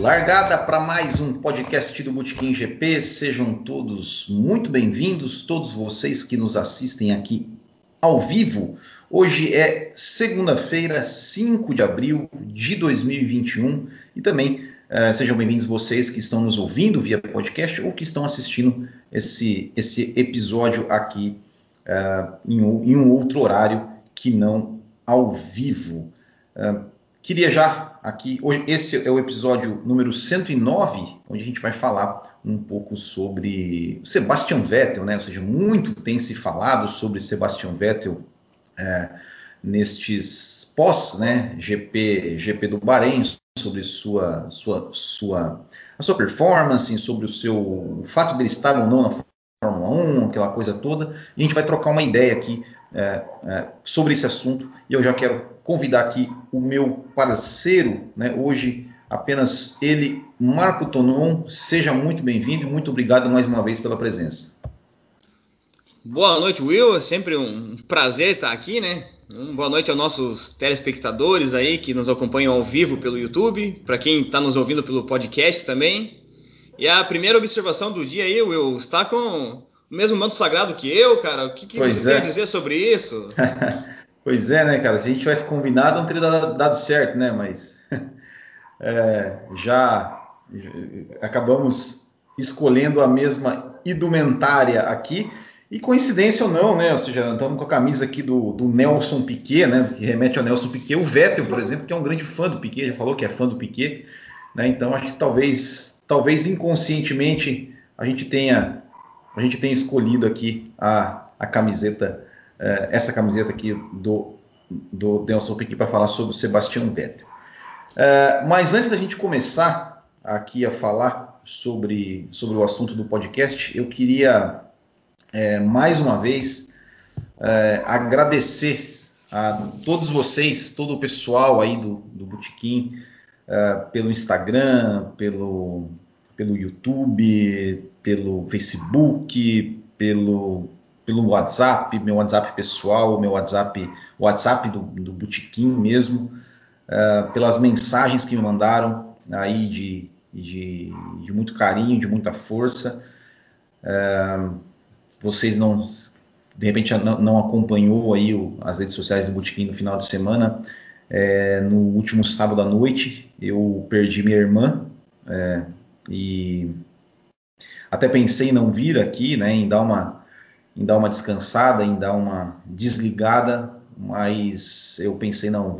Largada para mais um podcast do Botequim GP, sejam todos muito bem-vindos, todos vocês que nos assistem aqui ao vivo. Hoje é segunda-feira, 5 de abril de 2021 e também sejam bem-vindos vocês que estão nos ouvindo via podcast ou que estão assistindo esse episódio aqui em um outro horário que não ao vivo. Queria já aqui, hoje esse é o episódio número 109, onde a gente vai falar um pouco sobre Sebastian Vettel, né? Ou seja, muito tem se falado sobre Sebastian Vettel nestes pós, né? GP do Bahrein, sobre a sua performance, sobre o fato dele estar ou não na Fórmula 1, aquela coisa toda, e a gente vai trocar uma ideia aqui sobre esse assunto, e eu já quero convidar aqui o meu parceiro, né, hoje apenas ele, Marco Tonon. Seja muito bem-vindo e muito obrigado mais uma vez pela presença. Boa noite, Will, é sempre um prazer estar aqui, né? Boa noite aos nossos telespectadores aí que nos acompanham ao vivo pelo YouTube, para quem está nos ouvindo pelo podcast também. E a primeira observação do dia aí, Will, está com o mesmo manto sagrado que eu, cara. O que você tem a dizer sobre isso? Pois é, né, cara? Se a gente tivesse combinado, não teria dado certo, né? Mas já acabamos escolhendo a mesma indumentária aqui. E coincidência ou não, né? Ou seja, estamos com a camisa aqui do Nelson Piquet, né? Que remete ao Nelson Piquet. O Vettel, por exemplo, que é um grande fã do Piquet, já falou que é fã do Piquet, né? Então acho que talvez inconscientemente a gente tenha escolhido aqui a camiseta, essa camiseta aqui do Nelson Piquet para falar sobre o Sebastian Vettel. Mas antes da gente começar aqui a falar sobre o assunto do podcast, eu queria mais uma vez agradecer a todos vocês, todo o pessoal aí do Botequim, pelo Instagram, pelo YouTube, pelo Facebook, pelo WhatsApp, meu WhatsApp pessoal, meu WhatsApp do Botequim mesmo, pelas mensagens que me mandaram aí de muito carinho, de muita força. Vocês de repente não acompanhou aí as redes sociais do Botequim no final de semana. No último sábado à noite eu perdi minha irmã, e até pensei em não vir aqui, né, em dar uma descansada, em dar uma desligada, mas eu pensei, não,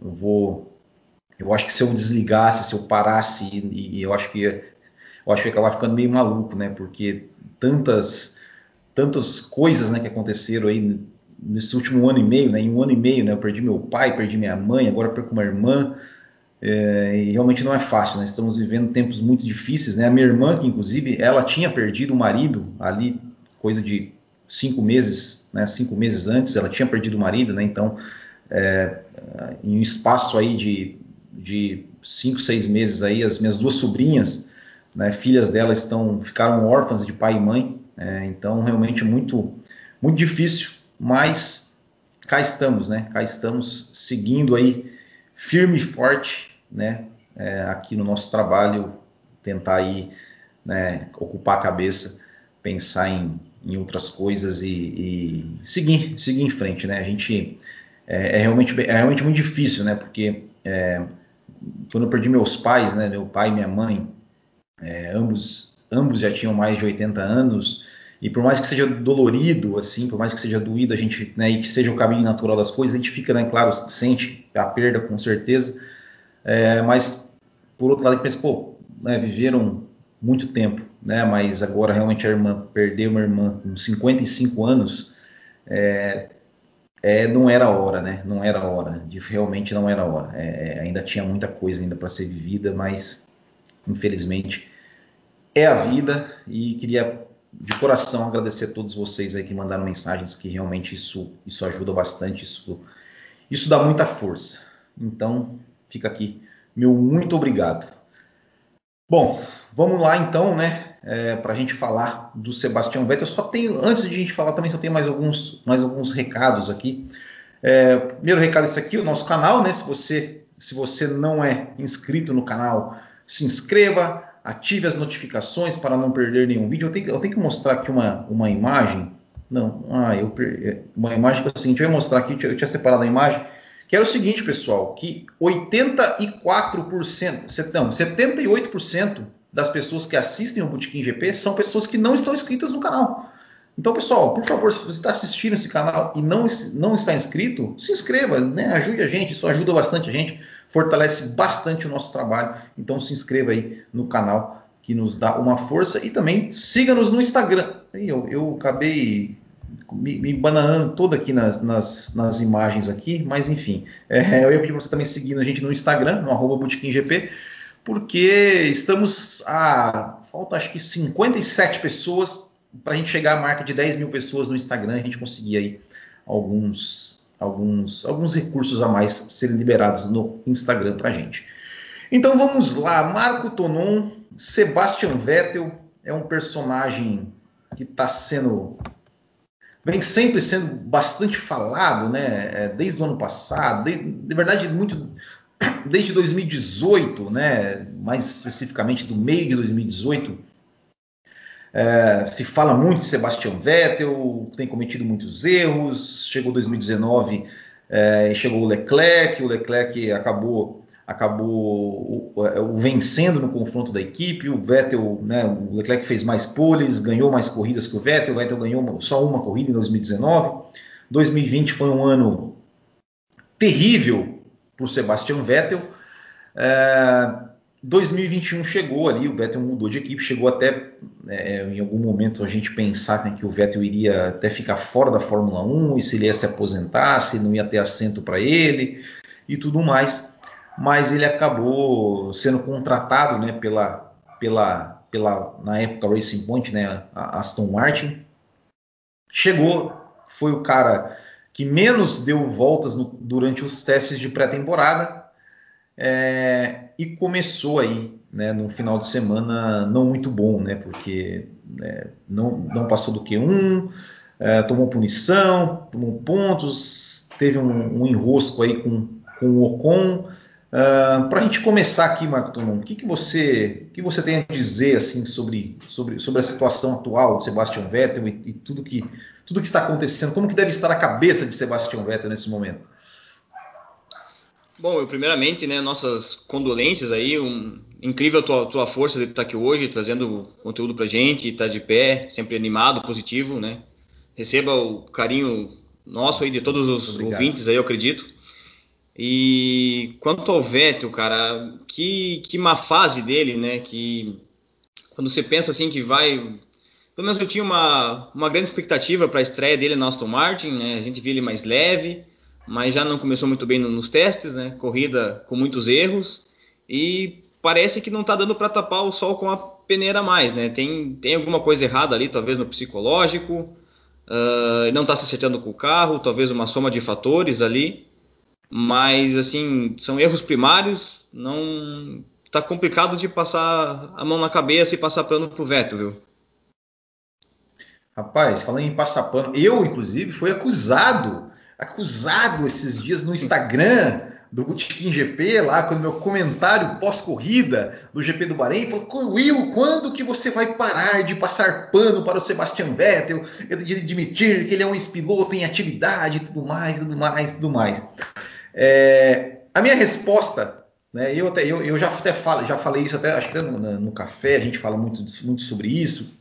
eu acho que se eu desligasse, se eu parasse, e eu acho que ia acabar ficando meio maluco, né, porque tantas coisas, né, que aconteceram aí nesse último ano e meio, né, em um ano e meio, né, eu perdi meu pai, perdi minha mãe, agora perco uma irmã, e realmente não é fácil, né? Estamos vivendo tempos muito difíceis, né? A minha irmã, que inclusive, ela tinha perdido o marido ali, coisa de 5 meses, né? 5 meses antes, ela tinha perdido o marido, né? Então, em um espaço aí de 5, 6 meses aí, as minhas duas sobrinhas, né, filhas dela ficaram órfãs de pai e mãe, então realmente muito, muito difícil, mas cá estamos, né? Cá estamos seguindo aí firme e forte, né, aqui no nosso trabalho, tentar aí, né, ocupar a cabeça, pensar em outras coisas e seguir em frente, né? A gente é realmente muito difícil, né? Porque quando eu perdi meus pais, né, meu pai e minha mãe, ambos já tinham mais de 80 anos, e por mais que seja dolorido, assim, por mais que seja doído, a gente, né, e que seja o caminho natural das coisas, a gente fica, né, claro, sente a perda com certeza, mas por outro lado, a gente pensa, né, viveram muito tempo, né, mas agora realmente perdeu uma irmã com 55 anos, não era a hora, né, não era a hora, realmente não era a hora, ainda tinha muita coisa ainda para ser vivida, mas infelizmente é a vida, e queria de coração agradecer a todos vocês aí que mandaram mensagens, que realmente isso ajuda bastante, isso dá muita força. Então, fica aqui meu muito obrigado. Bom, vamos lá então, né, para a gente falar do Sebastian Vettel. Antes de a gente falar também, só tenho mais alguns recados aqui. Primeiro recado é esse aqui, o nosso canal, né, se você não é inscrito no canal, se inscreva, ative as notificações para não perder nenhum vídeo. Eu tenho que mostrar aqui uma imagem. Não, uma imagem que é o seguinte, eu ia mostrar aqui, eu tinha separado a imagem, que era o seguinte, pessoal, que 78% das pessoas que assistem o Botequim GP são pessoas que não estão inscritas no canal. Então, pessoal, por favor, se você está assistindo esse canal e não está inscrito, se inscreva, né? Ajude a gente, isso ajuda bastante a gente, fortalece bastante o nosso trabalho. Então, se inscreva aí no canal, que nos dá uma força, e também siga-nos no Instagram. Eu acabei me bananando todo aqui nas imagens aqui, mas enfim, eu ia pedir para você também seguir a gente no Instagram, no @botequimgp, porque estamos falta acho que 57 pessoas para a gente chegar à marca de 10 mil pessoas no Instagram, a gente conseguir aí alguns recursos a mais serem liberados no Instagram para a gente. Então vamos lá, Marco Tonon, Sebastian Vettel é um personagem que vem sempre sendo bastante falado, né? Desde o ano passado, de verdade desde 2018, né? Mais especificamente do meio de 2018. Se fala muito de Sebastian Vettel, tem cometido muitos erros. Chegou 2019 e chegou o Leclerc acabou o vencendo no confronto da equipe. O Vettel, né, o Leclerc fez mais poles, ganhou mais corridas que o Vettel ganhou só uma corrida em 2019. 2020 foi um ano terrível para o Sebastian Vettel. 2021 chegou ali, o Vettel mudou de equipe, chegou até em algum momento a gente pensar, né, que o Vettel iria até ficar fora da Fórmula 1, e se ele ia se aposentar, se não ia ter assento para ele e tudo mais, mas ele acabou sendo contratado, né, pela na época Racing Point, né, a Aston Martin. Chegou, foi o cara que menos deu voltas durante os testes de pré-temporada. E começou aí, né, num final de semana não muito bom, né, porque não passou do Q1, tomou punição, tomou pontos, teve um enrosco aí com o Ocon. Para a gente começar aqui, Marco Tonon, o que você tem a dizer assim, sobre a situação atual de Sebastian Vettel e tudo que está acontecendo? Como que deve estar a cabeça de Sebastian Vettel nesse momento? Bom, eu primeiramente, né, nossas condolências aí, incrível a tua força de estar aqui hoje, trazendo conteúdo pra gente, estar de pé, sempre animado, positivo, né? Receba o carinho nosso aí de todos os ouvintes aí, eu acredito. E quanto ao Vettel, cara, que má fase dele, né? Que quando você pensa assim que vai... Pelo menos eu tinha uma grande expectativa para a estreia dele na Aston Martin, né? A gente viu ele mais leve, mas já não começou muito bem nos testes, né? Corrida com muitos erros e parece que não está dando para tapar o sol com a peneira a mais, né? Tem alguma coisa errada ali, talvez no psicológico, não está se acertando com o carro, talvez uma soma de fatores ali, mas assim, são erros primários, não tá complicado de passar a mão na cabeça e passar pano pro Vettel, viu? Rapaz, falando em passar pano, eu, inclusive, fui acusado esses dias no Instagram do Botequim GP, lá, quando meu comentário pós-corrida do GP do Bahrein, falou: Will, quando que você vai parar de passar pano para o Sebastian Vettel, de admitir que ele é um ex-piloto em atividade, tudo mais. A minha resposta, né, eu já falei isso até, acho que no café, a gente fala muito sobre isso.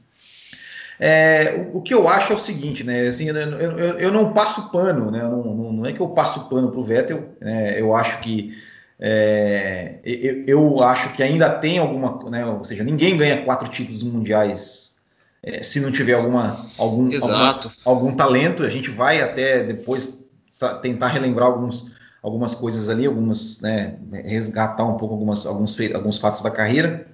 O que eu acho é o seguinte, né? Assim, eu não passo pano, né? Não é que eu passo pano para o Vettel. Né? Eu acho que ainda tem alguma, né? Ou seja, ninguém ganha 4 títulos mundiais se não tiver algum talento. A gente vai até depois tentar relembrar algumas coisas ali, né, resgatar um pouco alguns fatos da carreira.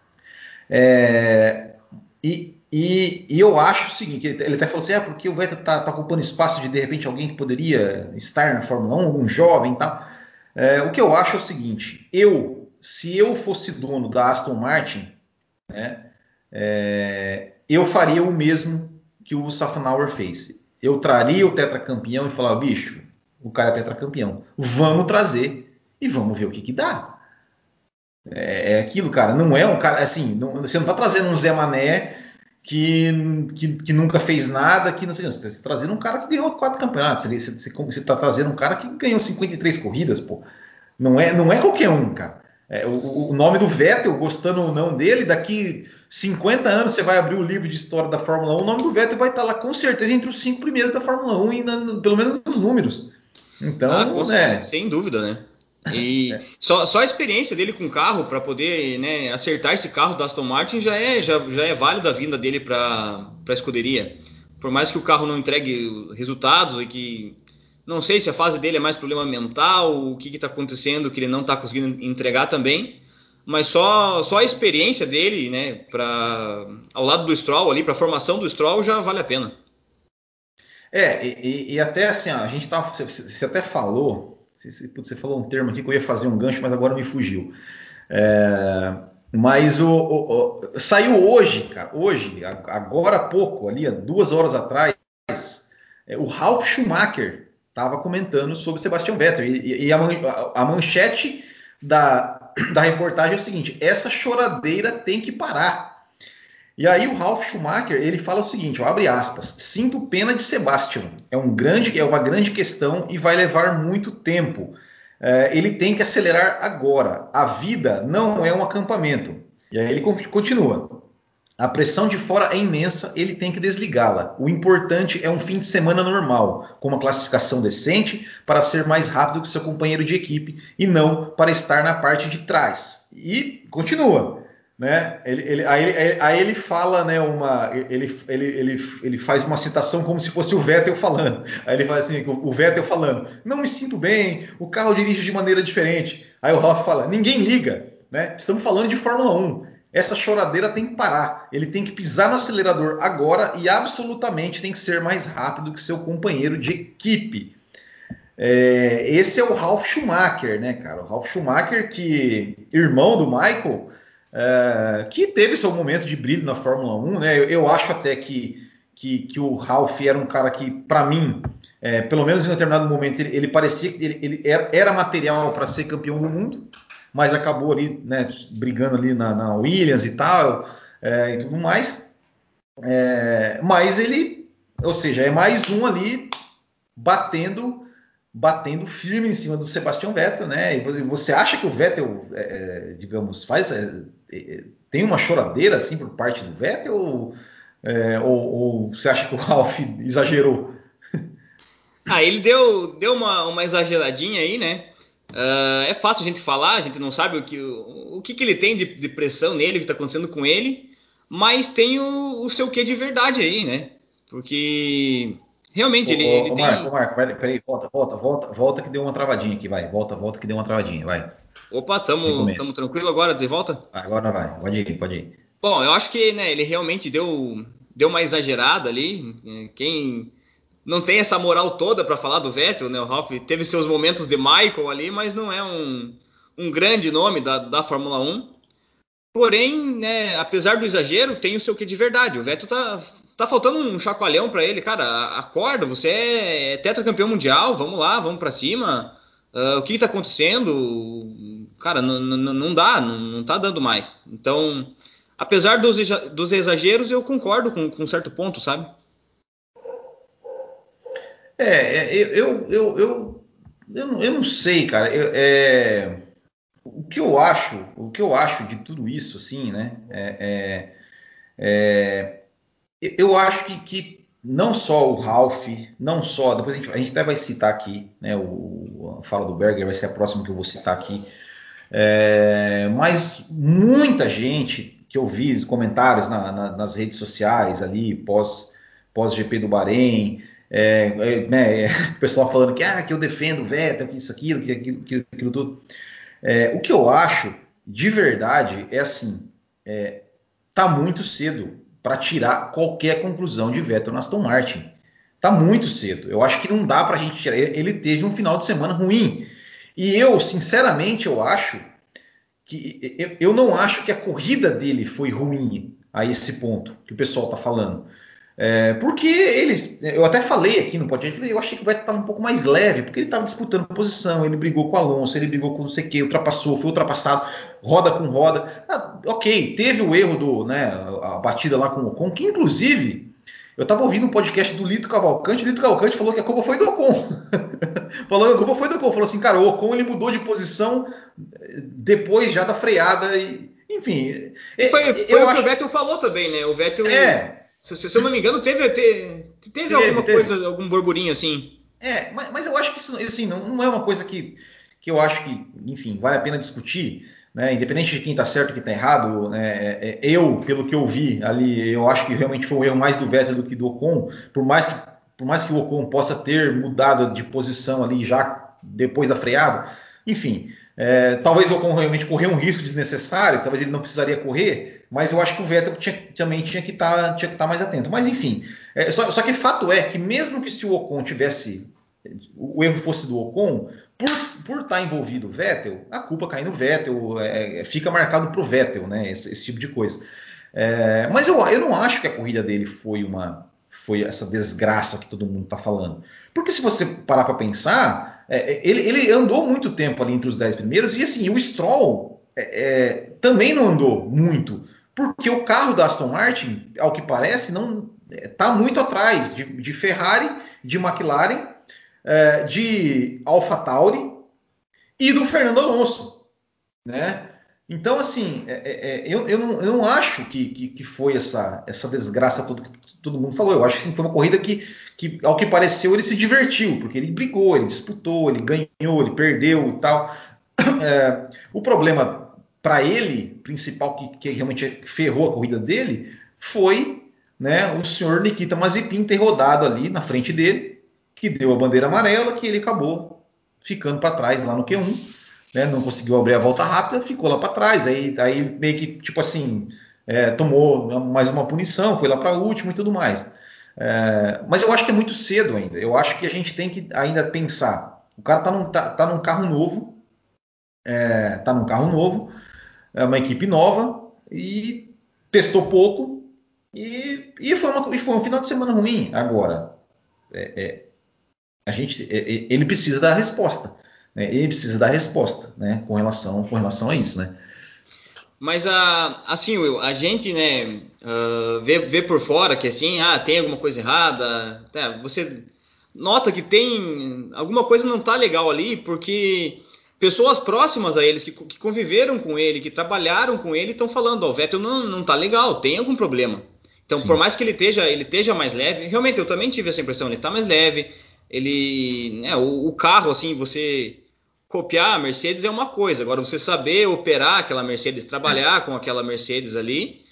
E eu acho o seguinte, ele até falou assim, porque o Vettel tá ocupando espaço de repente alguém que poderia estar na Fórmula 1, algum jovem e tal. O que eu acho é o seguinte, se eu fosse dono da Aston Martin, né, eu faria o mesmo que o Safnauer fez. Eu traria o tetracampeão e falava, bicho, o cara é tetracampeão, vamos trazer e vamos ver o que dá. É aquilo, cara. Não é um cara assim. Você não tá trazendo um Zé Mané que nunca fez nada, que não sei. Você está trazendo um cara que ganhou 4 campeonatos. Você tá trazendo um cara que ganhou 53 corridas, pô. Não é qualquer um, cara. O nome do Vettel, gostando ou não dele, daqui 50 anos você vai abrir o livro de história da Fórmula 1, o nome do Vettel vai estar lá com certeza entre os 5 primeiros da Fórmula 1, e pelo menos nos números. Então, né? Sem dúvida, né? E só a experiência dele com o carro para poder, né, acertar esse carro da Aston Martin já é válida a vinda dele para a escuderia. Por mais que o carro não entregue resultados e que não sei se a fase dele é mais problema mental, o que está acontecendo que ele não está conseguindo entregar também, mas só a experiência dele, né, ao lado do Stroll ali, para a formação do Stroll já vale a pena. E até assim, ó, a gente tava. Você até falou. Você falou um termo aqui que eu ia fazer um gancho, mas agora me fugiu. É, mas saiu hoje, cara. Hoje, agora há pouco, ali, 2 horas atrás, o Ralf Schumacher estava comentando sobre Sebastian Vettel. E a manchete da reportagem é o seguinte: essa choradeira tem que parar. E aí o Ralf Schumacher, ele fala o seguinte, ó, abre aspas, sinto pena de Sebastian, é uma grande questão e vai levar muito tempo. Ele tem que acelerar agora, a vida não é um acampamento. E aí ele continua, a pressão de fora é imensa, ele tem que desligá-la. O importante é um fim de semana normal, com uma classificação decente, para ser mais rápido que seu companheiro de equipe e não para estar na parte de trás. E continua. Né? Aí ele fala, né, ele faz uma citação como se fosse o Vettel falando. Aí ele fala assim, o Vettel falando, não me sinto bem, o carro dirige de maneira diferente. Aí o Ralf fala, ninguém liga, né? Estamos falando de Fórmula 1. Essa choradeira tem que parar. Ele tem que pisar no acelerador agora e absolutamente tem que ser mais rápido que seu companheiro de equipe. Esse é o Ralf Schumacher, né, cara? O Ralf Schumacher, irmão do Michael, que teve seu momento de brilho na Fórmula 1, né? Eu acho até que o Ralf era um cara que, para mim, pelo menos em um determinado momento, ele parecia que ele era material para ser campeão do mundo, mas acabou ali, né, brigando ali na Williams e tal, e tudo mais. Mas ele, ou seja, é mais um ali batendo firme em cima do Sebastian Vettel, né? E você acha que o Vettel, digamos, tem uma choradeira assim por parte do Vettel ou você acha que o Ralf exagerou? Ele deu uma exageradinha aí, né? É fácil a gente falar, a gente não sabe o que ele tem de pressão nele, o que está acontecendo com ele, mas tem o seu quê de verdade aí, né? Porque realmente ele Ô, tem. Marco, peraí, volta que deu uma travadinha aqui, vai. Volta que deu uma travadinha, vai. Opa, tamo Recomeça. tranquilo agora, de volta? Agora vai, pode ir. Bom, eu acho que, né, ele realmente deu uma exagerada ali. Quem não tem essa moral toda para falar do Vettel, né? O Ralf teve seus momentos de Michael ali, mas não é um grande nome da Fórmula 1. Porém, né, apesar do exagero, tem o seu quê de verdade. O Vettel tá faltando um chacoalhão para ele, cara. Acorda, você é tetracampeão mundial, vamos lá, vamos para cima. O que tá acontecendo? Cara, não dá, não tá dando mais. Então, apesar dos exageros, eu concordo com um certo ponto, sabe? Eu não sei, cara. O que eu acho de tudo isso, assim, né? Eu acho que não só o Ralph, não só. Depois a gente até vai citar aqui, né? A fala do Berger vai ser a próxima que eu vou citar aqui. Mas muita gente que eu vi comentários nas redes sociais ali, pós GP do Bahrein, né, o pessoal falando que eu defendo o Vettel, que isso, aquilo, aquilo tudo. O que eu acho, de verdade, é assim, tá muito cedo para tirar qualquer conclusão de Vettel na Aston Martin. Tá muito cedo. Eu acho que não dá para a gente tirar. Ele teve um final de semana ruim. E eu, sinceramente, eu acho que eu não acho que a corrida dele foi ruim a esse ponto que o pessoal está falando. Porque eu até falei aqui no podcast, eu achei que o Vettel estava um pouco mais leve, porque ele estava disputando posição, ele brigou com o Alonso, ele brigou com não sei o que, ultrapassou, foi ultrapassado, roda com roda. Ok, teve o erro a batida lá com o Ocon, que inclusive, eu estava ouvindo um podcast do Lito Cavalcante, o Lito Cavalcante falou que a culpa foi do Ocon. Falou assim, cara, o Ocon ele mudou de posição depois já da freada, enfim. Foi o que o Vettel falou também, né? O Vettel... Se eu não me engano, teve alguma coisa, algum burburinho assim. Mas eu acho que isso assim, não é uma coisa que eu acho que, enfim, vale a pena discutir, né? Independente de quem está certo e quem está errado, né? Pelo que eu vi ali, eu acho que realmente foi um erro mais do Vettel do que do Ocon, por mais que o Ocon possa ter mudado de posição ali já depois da freada, enfim, talvez o Ocon realmente correu um risco desnecessário, talvez ele não precisaria correr, mas eu acho que o Vettel também tinha que estar mais atento. Mas enfim, só que fato é que mesmo que se o Ocon o erro fosse do Ocon, por estar envolvido o Vettel, a culpa cai no Vettel, fica marcado para o Vettel, né, esse tipo de coisa. Mas eu não acho que a corrida dele foi essa desgraça que todo mundo está falando. Porque se você parar para pensar, ele andou muito tempo ali entre os 10 primeiros, e assim, o Stroll também não andou muito, porque o carro da Aston Martin, ao que parece, não está muito atrás de Ferrari, de McLaren, de AlphaTauri e do Fernando Alonso, né? Então, assim, eu não acho que foi essa desgraça toda que todo mundo falou. Eu acho que foi uma corrida que, ao que pareceu, ele se divertiu, porque ele brigou, ele disputou, ele ganhou, ele perdeu e tal. O problema para ele, principal, que realmente ferrou a corrida dele, foi, né, o senhor Nikita Mazepin ter rodado ali na frente dele, que deu a bandeira amarela, que ele acabou ficando para trás lá no Q1. Né, não conseguiu abrir a volta rápida, ficou lá para trás. Aí meio que, tipo assim, tomou mais uma punição, foi lá para o último e tudo mais. Mas eu acho que é muito cedo ainda. Eu acho que a gente tem que ainda pensar. O cara tá num carro novo, é uma equipe nova e testou pouco e foi um final de semana ruim. Agora, ele precisa dar a resposta. Né? Ele precisa dar a resposta, né? com relação a isso, né? Mas assim, Will, a gente, né, vê por fora que assim, tem alguma coisa errada. Você nota que tem alguma coisa não tá legal ali, porque pessoas próximas a eles, que conviveram com ele, que trabalharam com ele, estão falando, o Vettel não tá legal, tem algum problema. Então, por Sim. mais que ele esteja mais leve, realmente eu também tive essa impressão, ele tá mais leve, ele, né, o carro, assim, você copiar a Mercedes é uma coisa, agora você saber operar aquela Mercedes, trabalhar com aquela Mercedes ali,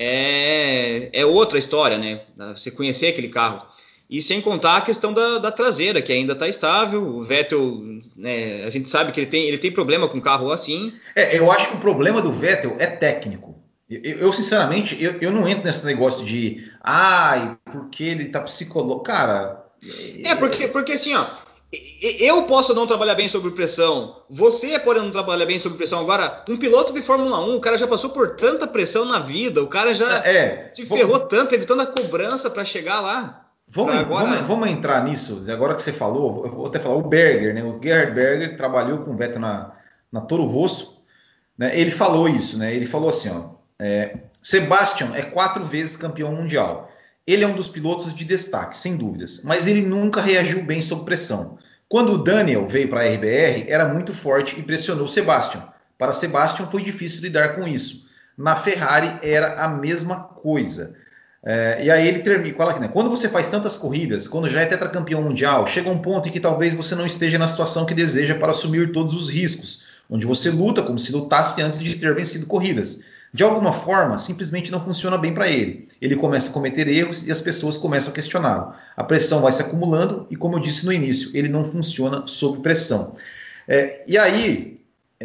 é outra história, né? Você conhecer aquele carro. E sem contar a questão da traseira, que ainda está estável. O Vettel, né, a gente sabe que ele tem problema com carro assim. Eu acho que o problema do Vettel é técnico. Sinceramente, eu não entro nesse negócio de porque ele tá psicológico. Cara. Porque assim, ó, eu posso não trabalhar bem sob pressão, você pode não trabalhar bem sob pressão. Agora, um piloto de Fórmula 1, o cara já passou por tanta pressão na vida, o cara já se ferrou tanto, teve tanta cobrança para chegar lá. Vamos entrar nisso. Agora que você falou, eu vou até falar o Berger, né? O Gerhard Berger, que trabalhou com o Vettel na Toro Rosso, né? Ele falou isso, né? Ele falou assim, ó, Sebastian é 4 vezes campeão mundial. Ele é um dos pilotos de destaque, sem dúvidas, mas ele nunca reagiu bem sob pressão. Quando o Daniel veio para a RBR, era muito forte e pressionou Sebastian. Para Sebastian foi difícil lidar com isso. Na Ferrari era a mesma coisa. E aí ele termina, fala aqui, né? Quando você faz tantas corridas, quando já é tetracampeão mundial, chega um ponto em que talvez você não esteja na situação que deseja para assumir todos os riscos, onde você luta como se lutasse antes de ter vencido corridas. De alguma forma, simplesmente não funciona bem para ele. Ele começa a cometer erros e as pessoas começam a questioná-lo. A pressão vai se acumulando e, como eu disse no início, ele não funciona sob pressão. E aí,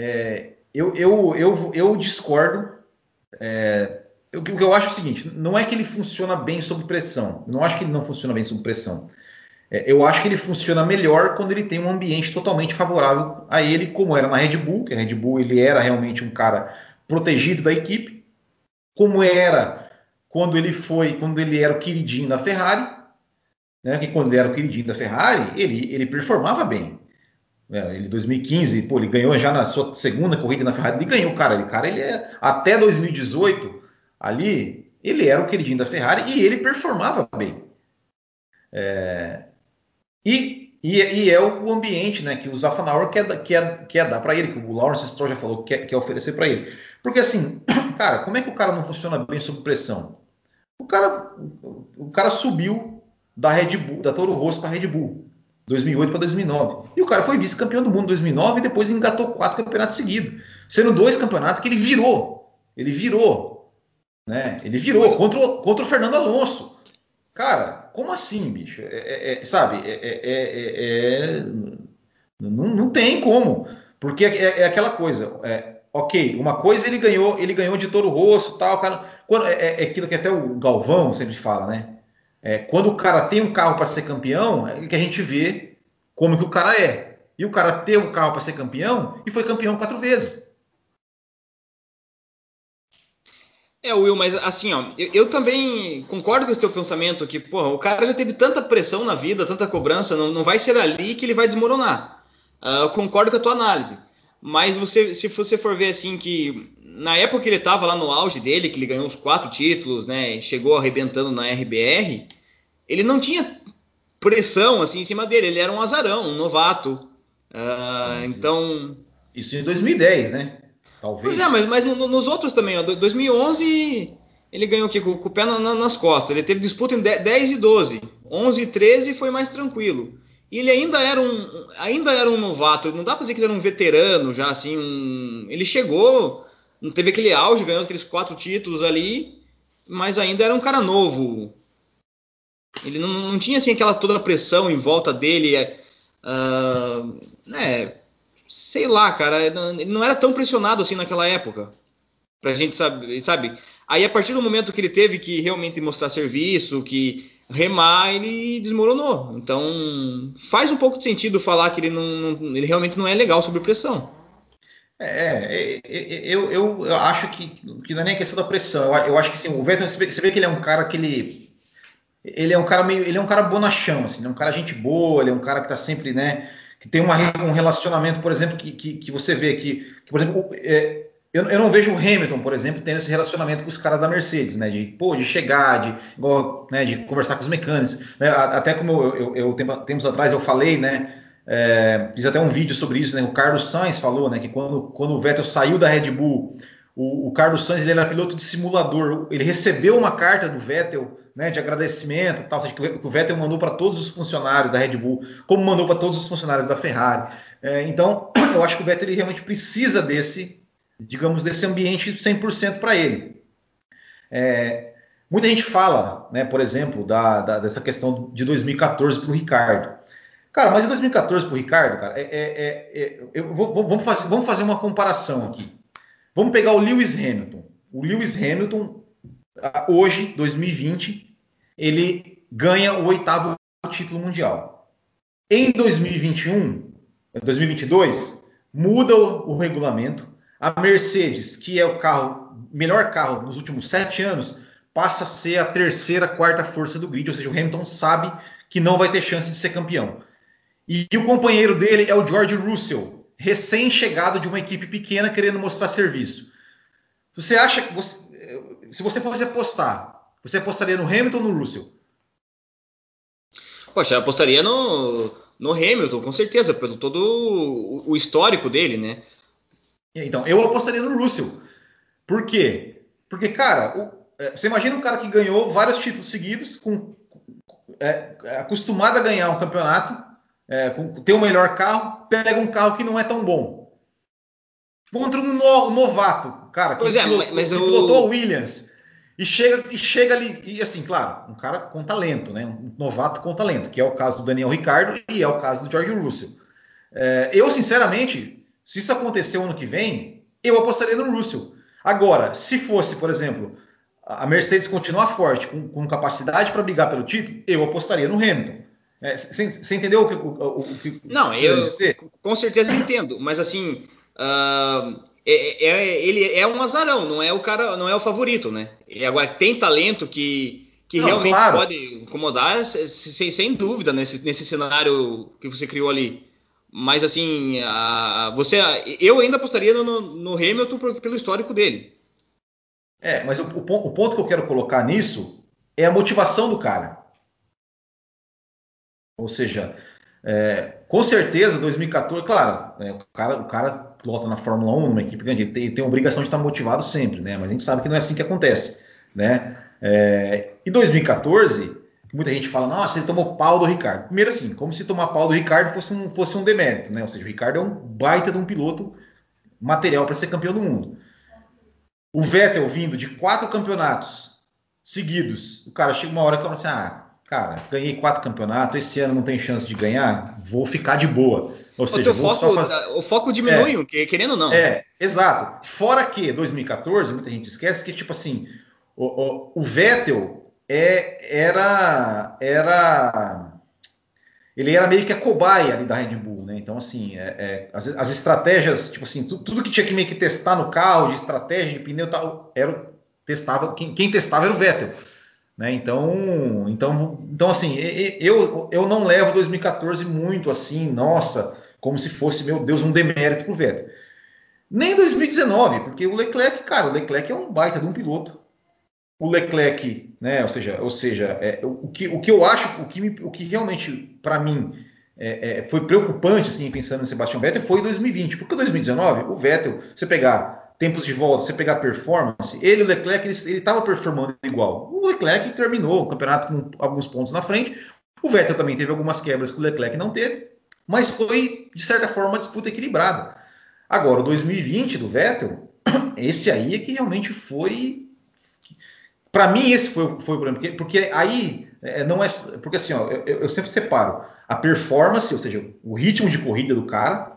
eu discordo. O que eu acho é o seguinte, não é que ele funciona bem sob pressão. Eu não acho que ele não funciona bem sob pressão. Eu acho que ele funciona melhor quando ele tem um ambiente totalmente favorável a ele, como era na Red Bull, que a Red Bull ele era realmente um cara protegido da equipe, como era quando ele era o queridinho da Ferrari, né? Que quando ele era o queridinho da Ferrari, ele performava bem. Ele em 2015, pô, ele ganhou já na sua segunda corrida na Ferrari, ele ganhou, ele é até 2018 ali, ele era o queridinho da Ferrari e ele performava bem. E é o ambiente, né, que o Zafnauer quer dar para ele, que o Lawrence Stroll já falou que quer oferecer para ele. Porque assim, cara, como é que o cara não funciona bem sob pressão? O cara subiu da Red Bull, da Toro Rosso para Red Bull, 2008 para 2009. E o cara foi vice-campeão do mundo em 2009 e depois engatou 4 campeonatos seguidos, sendo 2 campeonatos que ele virou. Né? Ele virou contra o Fernando Alonso. Cara, como assim, bicho? Sabe? Não tem como. Porque é aquela coisa. Ok, uma coisa ele ganhou de Toro Rosso, tal, cara. É aquilo que até o Galvão sempre fala, né? Quando o cara tem um carro para ser campeão, é que a gente vê como que o cara é. E o cara teve um carro para ser campeão e foi campeão 4 vezes. Will, mas assim, ó, eu também concordo com esse teu pensamento que, porra, o cara já teve tanta pressão na vida, tanta cobrança, não vai ser ali que ele vai desmoronar. Eu concordo com a tua análise. Mas se você for ver assim que na época que ele estava lá no auge dele, que ele ganhou os 4 títulos, né, chegou arrebentando na RBR, ele não tinha pressão assim em cima dele, ele era um azarão, um novato. Não, mas Então, isso em 2010, né? pois é, Talvez. mas nos outros também, ó, 2011 ele ganhou aqui com o pé nas costas. Ele teve disputa em 10 e 12. 11 e 13 foi mais tranquilo. E ele ainda era um novato. Não dá pra dizer que ele era um veterano já, assim. Ele chegou, não teve aquele auge, ganhou aqueles 4 títulos ali, mas ainda era um cara novo. Ele não tinha assim aquela toda a pressão em volta dele. Né, sei lá, cara, ele não era tão pressionado assim naquela época. Pra gente sabe? Aí a partir do momento que ele teve que realmente mostrar serviço, que remar, ele desmoronou. Então faz um pouco de sentido falar que ele realmente não é legal sob pressão. Eu acho que não é nem a questão da pressão. Eu acho que assim, o Vettel, você vê que ele é um cara que ele é um cara ele é um cara bonachão, assim, ele é um cara gente boa, ele é um cara que está sempre, né, que tem um relacionamento, por exemplo, que você vê por exemplo, eu não vejo o Hamilton, por exemplo, tendo esse relacionamento com os caras da Mercedes, né, de chegar, né, de conversar com os mecânicos, né, até como tempos atrás eu falei, né, fiz até um vídeo sobre isso, né, o Carlos Sainz falou, né, que quando o Vettel saiu da Red Bull, o Carlos Sainz ele era piloto de simulador, ele recebeu uma carta do Vettel, né, de agradecimento, tal, seja, que o Vettel mandou para todos os funcionários da Red Bull, como mandou para todos os funcionários da Ferrari. Então, eu acho que o Vettel ele realmente precisa desse ambiente 100% para ele. Muita gente fala, né, por exemplo, dessa questão de 2014 para o Ricardo. Cara, mas em 2014 para o Ricardo, cara, vamos fazer uma comparação aqui. Vamos pegar o Lewis Hamilton. O Lewis Hamilton, hoje, 2020, ele ganha o 8º título mundial. Em 2021, 2022, muda o regulamento. A Mercedes, que é o melhor carro nos últimos 7 anos, passa a ser a terceira, quarta força do grid, ou seja, o Hamilton sabe que não vai ter chance de ser campeão. E o companheiro dele é o George Russell, recém-chegado de uma equipe pequena querendo mostrar serviço. Você acha que se você fosse apostar, você apostaria no Hamilton ou no Russell? Poxa, eu apostaria no Hamilton, com certeza, pelo todo o histórico dele, né? Então, eu apostaria no Russell. Por quê? Porque, cara, você imagina um cara que ganhou vários títulos seguidos, acostumado a ganhar um campeonato, ter o melhor carro, pega um carro que não é tão bom. Contra um novato, cara, Pois é, mas que pilotou a Williams. E chega ali, e assim, claro, um cara com talento, né? Um novato com talento, que é o caso do Daniel Ricciardo e é o caso do George Russell. Eu, sinceramente, se isso acontecer ano que vem, eu apostaria no Russell. Agora, se fosse, por exemplo, a Mercedes continuar forte, com capacidade para brigar pelo título, eu apostaria no Hamilton. Você entendeu o que não, eu quero eu dizer? com certeza entendo, mas assim, ele é um azarão, não é o cara, não é o favorito, né? E agora tem talento que Não, realmente claro. pode incomodar, sem dúvida, nesse cenário que você criou ali. Mas assim, eu ainda apostaria no Hamilton pelo histórico dele. Mas o ponto que eu quero colocar nisso é a motivação do cara. Ou seja, com certeza 2014, claro, o cara pilota na Fórmula 1, numa equipe grande, ele tem a obrigação de estar motivado sempre, né? Mas a gente sabe que não é assim que acontece, né? E 2014, muita gente fala, nossa, ele tomou pau do Ricardo. Primeiro assim, como se tomar pau do Ricardo fosse um demérito, né? Ou seja, o Ricardo é um baita de um piloto material para ser campeão do mundo. O Vettel vindo de 4 campeonatos seguidos, o cara chega uma hora que fala assim, cara, ganhei 4 campeonatos, esse ano não tem chance de ganhar, vou ficar de boa. Ou O seja, teu vou só foco, fazer... o foco diminui, querendo ou não. Exato. Fora que 2014, muita gente esquece que, tipo assim, o Vettel ele era meio que a cobaia ali da Red Bull, né? Então, assim, as estratégias, tipo assim, tudo que tinha que meio que testar no carro, de estratégia, de pneu e tal, quem testava era o Vettel, né? Então assim, eu não levo 2014 muito assim, nossa, como se fosse, meu Deus, um demérito pro Vettel. Nem 2019, porque o Leclerc, cara, o Leclerc é um baita de um piloto. O Leclerc, né? Ou seja, o que eu acho, o que realmente para mim foi preocupante, assim, pensando em Sebastian Vettel, foi 2020, porque 2019, o Vettel, você pegar tempos de volta, você pegar performance, ele e o Leclerc, ele estava performando igual. O Leclerc terminou o campeonato com alguns pontos na frente. O Vettel também teve algumas quebras que o Leclerc não teve, mas foi de certa forma uma disputa equilibrada. Agora, o 2020 do Vettel, esse aí é que realmente foi. Para mim, esse foi o problema. Porque aí não é. Porque assim, ó, eu sempre separo a performance, ou seja, o ritmo de corrida do cara,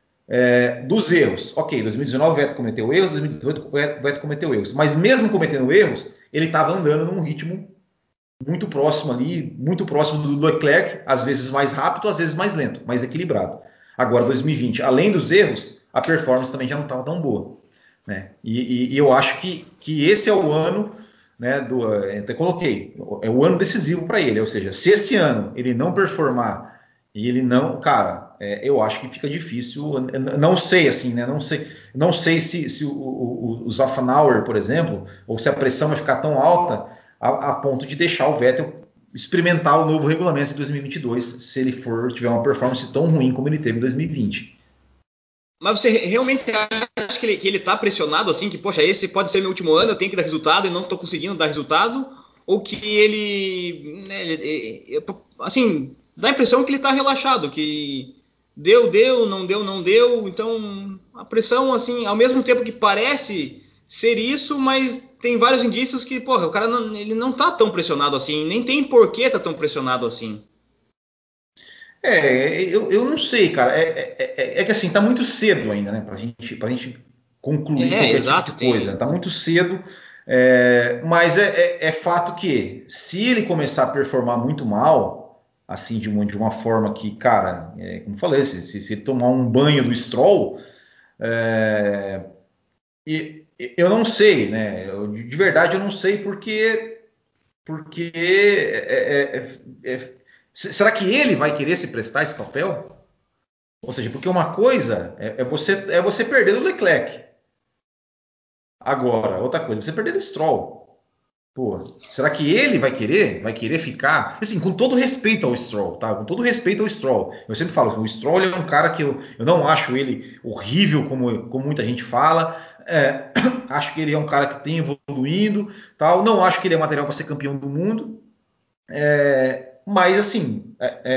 dos erros. Ok, 2019 o Vettel cometeu erros, 2018 o Vettel cometeu erros. Mas mesmo cometendo erros, ele estava andando num ritmo muito próximo ali, muito próximo do Leclerc, às vezes mais rápido, às vezes mais lento, mais equilibrado. Agora, 2020, além dos erros, a performance também já não estava tão boa, né? E eu acho que esse é o ano, né, até coloquei, é o ano decisivo para ele, ou seja, se esse ano ele não performar e ele não, cara, eu acho que fica difícil, não sei assim, né, não sei se o Zafnauer, por exemplo, ou se a pressão vai ficar tão alta a ponto de deixar o Vettel experimentar o novo regulamento de 2022, se ele tiver uma performance tão ruim como ele teve em 2020. Mas você realmente acha que ele tá pressionado assim, que, poxa, esse pode ser meu último ano, eu tenho que dar resultado e não tô conseguindo dar resultado? Ou que ele, né, assim, dá a impressão que ele tá relaxado, que deu, não deu. Então, a pressão, assim, ao mesmo tempo que parece ser isso, mas tem vários indícios que, porra, o cara ele não tá tão pressionado assim, nem tem por que tá tão pressionado assim. Eu não sei, cara. Que assim, tá muito cedo ainda, né? Pra gente concluir qualquer tipo de Exato, coisa. tem. Tá muito cedo. Mas é fato que se ele começar a performar muito mal, assim, de uma forma que, cara, como eu falei, se ele tomar um banho do Stroll, eu não sei, né? De verdade eu não sei porque será que ele vai querer se prestar esse papel? Ou seja, porque uma coisa é você perder do Leclerc. Agora, outra coisa, você perder do Stroll. Pô, será que ele vai querer? Vai querer ficar? Assim, com todo respeito ao Stroll, tá? Com todo respeito ao Stroll. Eu sempre falo que o Stroll é um cara que eu não acho ele horrível, como muita gente fala. Acho que ele é um cara que tem evoluindo, tal. Não acho que ele é material para ser campeão do mundo. Mas, assim,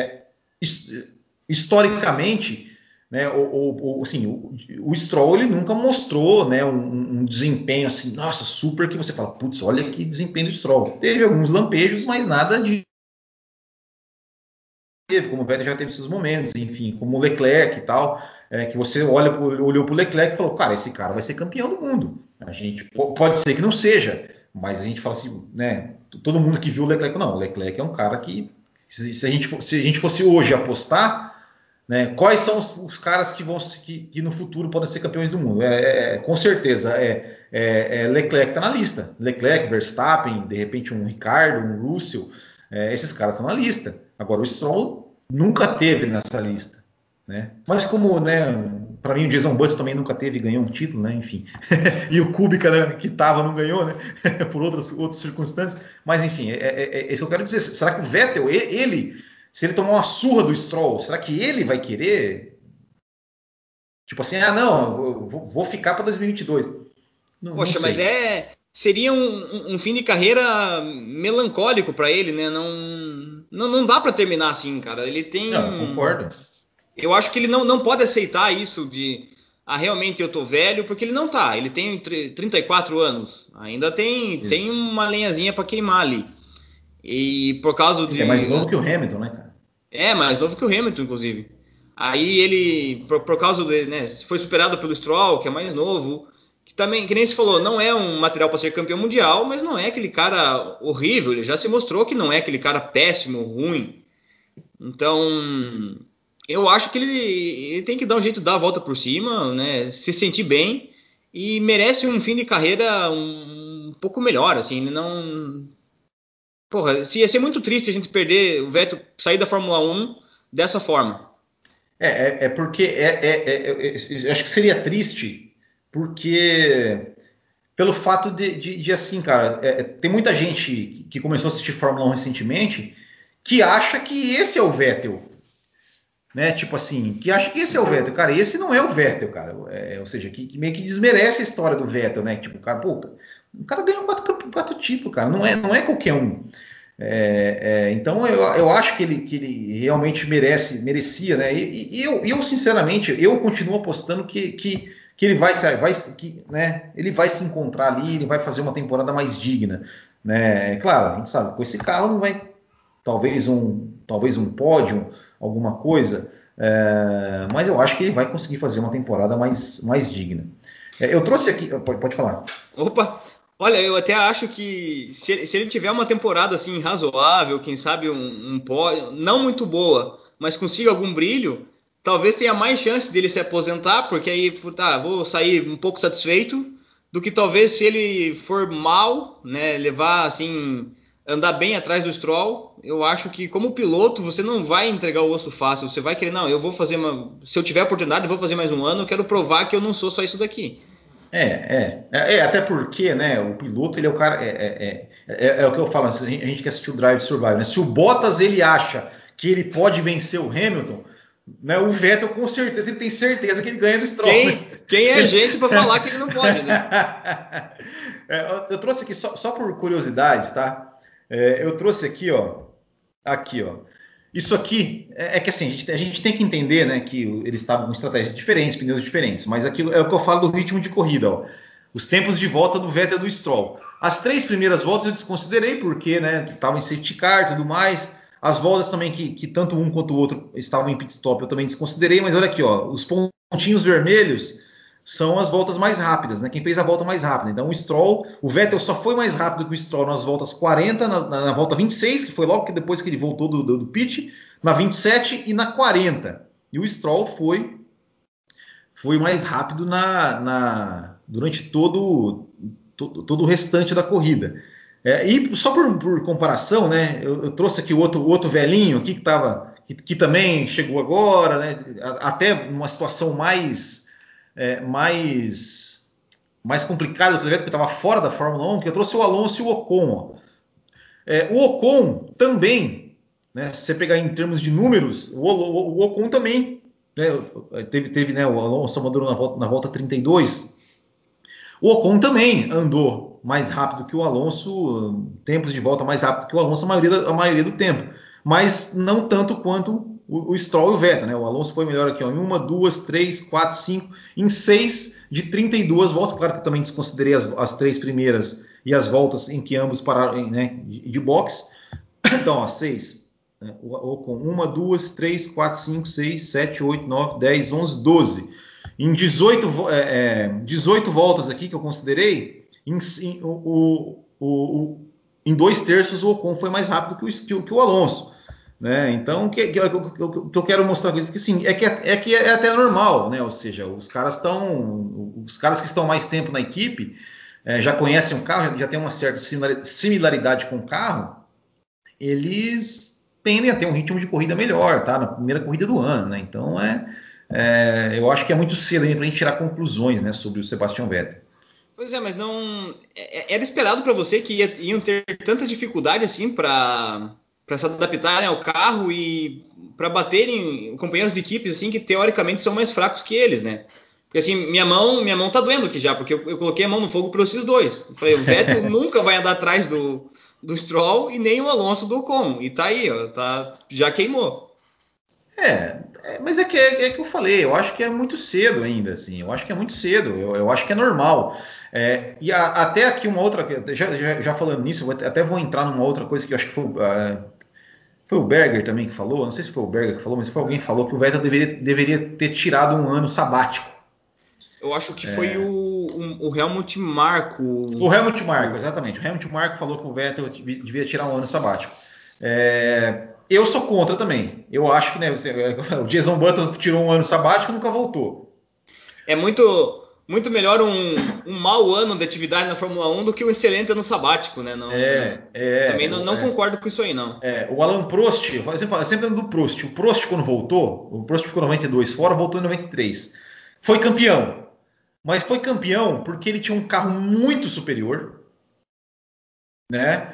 historicamente, né, assim, o Stroll ele nunca mostrou, né, um desempenho assim, nossa, super que você fala, putz, olha que desempenho do Stroll. Teve alguns lampejos, mas nada de teve, como o Vettel já teve seus momentos, enfim, como o Leclerc e tal, que você olhou para o Leclerc e falou, cara, esse cara vai ser campeão do mundo. A gente pode ser que não seja, mas a gente fala assim, né? Todo mundo que viu o Leclerc, não, o Leclerc é um cara que se a gente fosse hoje apostar, Né? Quais são os caras que no futuro podem ser campeões do mundo? Com certeza, Leclerc está na lista. Leclerc, Verstappen, de repente um Ricardo, um Russell, esses caras estão na lista. Agora, o Stroll nunca teve nessa lista. Né? Mas como, né, para mim o Jason Button também nunca teve e ganhou um título, né? Enfim. E o Kubica, né, que estava não ganhou, né? Por outras circunstâncias. Mas enfim, é isso que eu quero dizer. Será que o Vettel, se ele tomar uma surra do Stroll, será que ele vai querer? Tipo assim, não, vou ficar para 2022. Não Poxa, mas sei. seria um fim de carreira melancólico para ele, né? Não dá para terminar assim, cara. Ele Não, tem. concordo. Eu acho que ele não pode aceitar isso de. Realmente eu tô velho, porque ele não tá. Ele tem 34 anos. Ainda tem Isso. uma lenhazinha para queimar ali. E por causa Ele é mais de. novo que o Hamilton, né, cara? É, mais novo que o Hamilton, inclusive. Aí ele, por causa de, né, foi superado pelo Stroll, que é mais novo, que também, que nem se falou, não é um material para ser campeão mundial, mas não é aquele cara horrível, ele já se mostrou que não é aquele cara péssimo, ruim. Então, eu acho que ele tem que dar um jeito de dar a volta por cima, né, se sentir bem e merece um fim de carreira um pouco melhor, assim, ele não. Porra, ia ser muito triste a gente perder o Vettel sair da Fórmula 1 dessa forma. Porque eu acho que seria triste, porque pelo fato de assim, cara, tem muita gente que começou a assistir Fórmula 1 recentemente que acha que esse é o Vettel, né? Tipo assim, que acha que esse é o Vettel. Cara, esse não é o Vettel, cara. Ou seja, que meio que desmerece a história do Vettel, né? Tipo, cara, pô, o cara ganhou quatro títulos, cara. Não é qualquer um. Então eu acho que ele realmente merecia, né? E eu sinceramente, eu continuo apostando que ele né? Ele vai se encontrar ali, ele vai fazer uma temporada mais digna, né? Claro, a gente sabe, com esse carro não vai, talvez um pódio, alguma coisa, mas eu acho que ele vai conseguir fazer uma temporada mais digna. Eu trouxe aqui, pode falar. Opa! Olha, eu até acho que se ele tiver uma temporada assim razoável, quem sabe um pódio, não muito boa, mas consiga algum brilho, talvez tenha mais chance dele se aposentar, porque aí, tá, vou sair um pouco satisfeito, do que talvez se ele for mal, né, levar assim, andar bem atrás do Stroll, eu acho que como piloto você não vai entregar o osso fácil, você vai querer, não, eu vou fazer se eu tiver oportunidade, eu vou fazer mais um ano, eu quero provar que eu não sou só isso daqui. Até porque, né, o piloto, ele é o cara, é o que eu falo, a gente que assistiu o Drive to Survive, né, se o Bottas, ele acha que ele pode vencer o Hamilton, né, o Vettel, com certeza, ele tem certeza que ele ganha do Stroll, né? Quem é gente para falar que ele não pode, né? Eu trouxe aqui, só por curiosidade, tá? Eu trouxe aqui, ó. Isso aqui que assim, a gente tem que entender, né, que eles estavam com estratégias diferentes, pneus diferentes, mas aqui é o que eu falo do ritmo de corrida, ó. Os tempos de volta do Vettel e do Stroll. As 3 primeiras voltas eu desconsiderei porque, né, estavam em safety car e tudo mais. As voltas também que tanto um quanto o outro estavam em pit stop eu também desconsiderei, mas olha aqui, ó, os pontinhos vermelhos são as voltas mais rápidas, né? Quem fez a volta mais rápida. Então o Vettel só foi mais rápido que o Stroll nas voltas 40, na volta 26, que foi logo depois que ele voltou do pit, na 27 e na 40. E o Stroll foi mais rápido durante todo o restante da corrida. E só por comparação, né? Eu trouxe aqui o outro velhinho aqui que também chegou agora, né? Até numa situação mais complicado, porque estava fora da Fórmula 1, que eu trouxe o Alonso e o Ocon. O Ocon também, né, se você pegar em termos de números, o Ocon também, né, teve né, o Alonso abandonou na volta 32. O Ocon também andou mais rápido que o Alonso, tempos de volta mais rápido que o Alonso a maioria do tempo, mas não tanto quanto o Stroll e o Vettel, né? O Alonso foi melhor aqui, ó, em 1, 2, 3, 4, 5, em 6 de 32 voltas. Claro que eu também desconsiderei as 3 primeiras e as voltas em que ambos pararam, né, de boxe. Então, ó, 6. Né, o Ocon, 1, 2, 3, 4, 5, 6, 7, 8, 9, 10, 11, 12. Em 18 voltas aqui que eu considerei, em 2 terços o Ocon foi mais rápido que o Alonso. né? Então, o que eu quero mostrar com isso, que sim, que é até normal, né? Ou seja, os caras que estão mais tempo na equipe já conhecem o carro, já tem uma certa similaridade com o carro, eles tendem a ter um ritmo de corrida melhor, tá? Na primeira corrida do ano, né? Então, eu acho que é muito cedo ainda para a gente tirar conclusões, né, sobre o Sebastian Vettel. Pois é, mas não. Era esperado para você que iam ter tanta dificuldade assim para se adaptarem ao carro e para baterem companheiros de equipes assim que teoricamente são mais fracos que eles, né? Porque assim, minha mão tá doendo aqui já, porque eu coloquei a mão no fogo para esses dois. Eu falei, o Vettel nunca vai andar atrás do Stroll e nem o Alonso do Ocon. E tá aí, ó, já queimou. Mas é que eu falei, eu acho que é muito cedo ainda, assim, eu acho que é muito cedo, eu acho que é normal. Até aqui uma outra, já falando nisso, até vou entrar numa outra coisa que eu acho que foi o Berger também que falou, não sei se foi o Berger que falou, mas foi alguém que falou que o Vettel deveria ter tirado um ano sabático. Eu acho que foi o Helmut Marko. O Helmut Marko, exatamente. O Helmut Marko falou que o Vettel devia tirar um ano sabático. Eu sou contra também. Eu acho que, né, o Jason Button tirou um ano sabático e nunca voltou. É muito melhor um mau ano de atividade na Fórmula 1 do que um excelente ano sabático, né? Também não concordo com isso aí, não. O Alan Prost, eu sempre lembro do Prost. O Prost, quando voltou, o Prost ficou 92 fora, voltou em 93. Foi campeão. Mas foi campeão porque ele tinha um carro muito superior, né?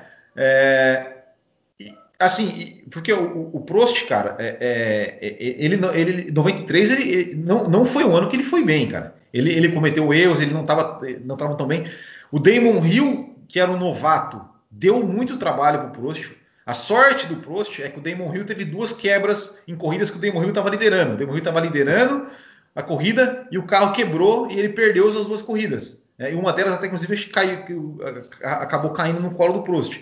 Assim, porque o Prost, cara, ele 93 ele não foi um ano que ele foi bem, cara. Ele cometeu erros, ele não estava tão bem. O Damon Hill, que era um novato, deu muito trabalho pro Prost. A sorte do Prost é que o Damon Hill teve duas quebras em corridas que o Damon Hill estava liderando. O Damon Hill estava liderando a corrida e o carro quebrou e ele perdeu as duas corridas. E uma delas até inclusive acabou caindo no colo do Prost.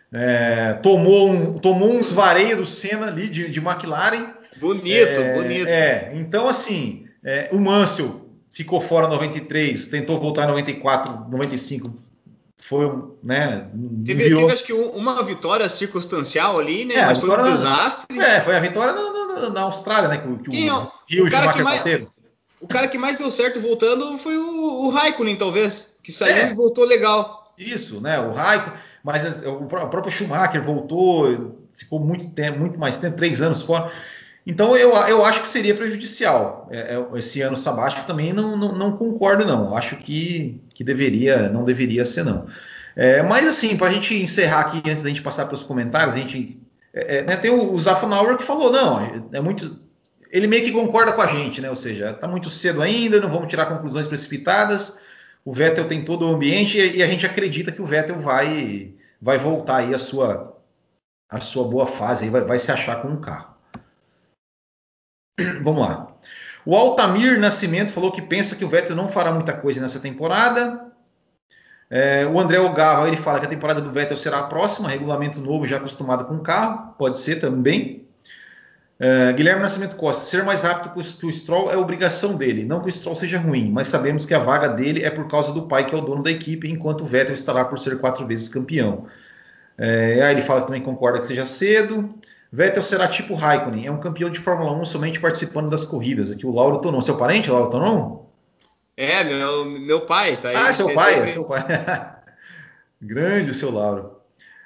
Tomou uns vareios do Senna ali de McLaren. Bonito. Então, assim, o Mansell ficou fora em 93, tentou voltar em 94, 95, foi, né, não Teve virou. acho que uma vitória circunstancial ali, né? A Mas foi um vitória desastre. foi a vitória na Austrália, né, que Quem é o Rio o e o cara que Schumacher mais bateram. o cara que mais deu certo voltando foi o Raikkonen, talvez, que saiu e É, voltou legal. isso, né, o Raikkonen, mas o próprio Schumacher voltou, ficou muito tempo, muito mais tempo, 3 anos fora. Então eu acho que seria prejudicial. Esse ano sabático também não concordo, não. Acho que não deveria ser, não. Mas assim, para a gente encerrar aqui, antes da gente passar para os comentários, né, tem o Zafnauer que falou, não, é muito. Ele meio que concorda com a gente, né? Ou seja, está muito cedo ainda, não vamos tirar conclusões precipitadas. O Vettel tem todo o ambiente e a gente acredita que o Vettel vai voltar aí a sua boa fase, aí vai se achar com um carro. Vamos lá. O Altamir Nascimento falou que pensa que o Vettel não fará muita coisa nessa temporada. O André Ogava ele fala que a temporada do Vettel será a próxima, regulamento novo já acostumado com o carro, pode ser também. Guilherme Nascimento Costa, ser mais rápido que o Stroll é obrigação dele, não que o Stroll seja ruim, mas sabemos que a vaga dele é por causa do pai que é o dono da equipe, enquanto o Vettel estará por ser 4 vezes campeão. Aí ele fala que também concorda que seja cedo. Vettel será tipo Raikkonen, é um campeão de Fórmula 1 somente participando das corridas. Aqui o Lauro Tonon, seu parente, Lauro Tonon? Meu pai, tá Ah, aí seu pai, é seu sempre. pai. Grande seu Lauro.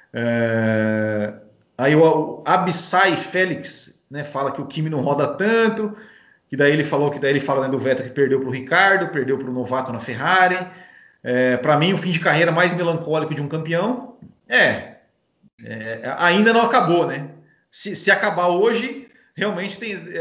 Aí o Abissai Félix, né, fala que o Kimi não roda tanto, que daí ele fala, né, do Vettel que perdeu para o Ricardo, perdeu para o novato na Ferrari. Para mim, o fim de carreira mais melancólico de um campeão. Ainda não acabou, né? Se acabar hoje, realmente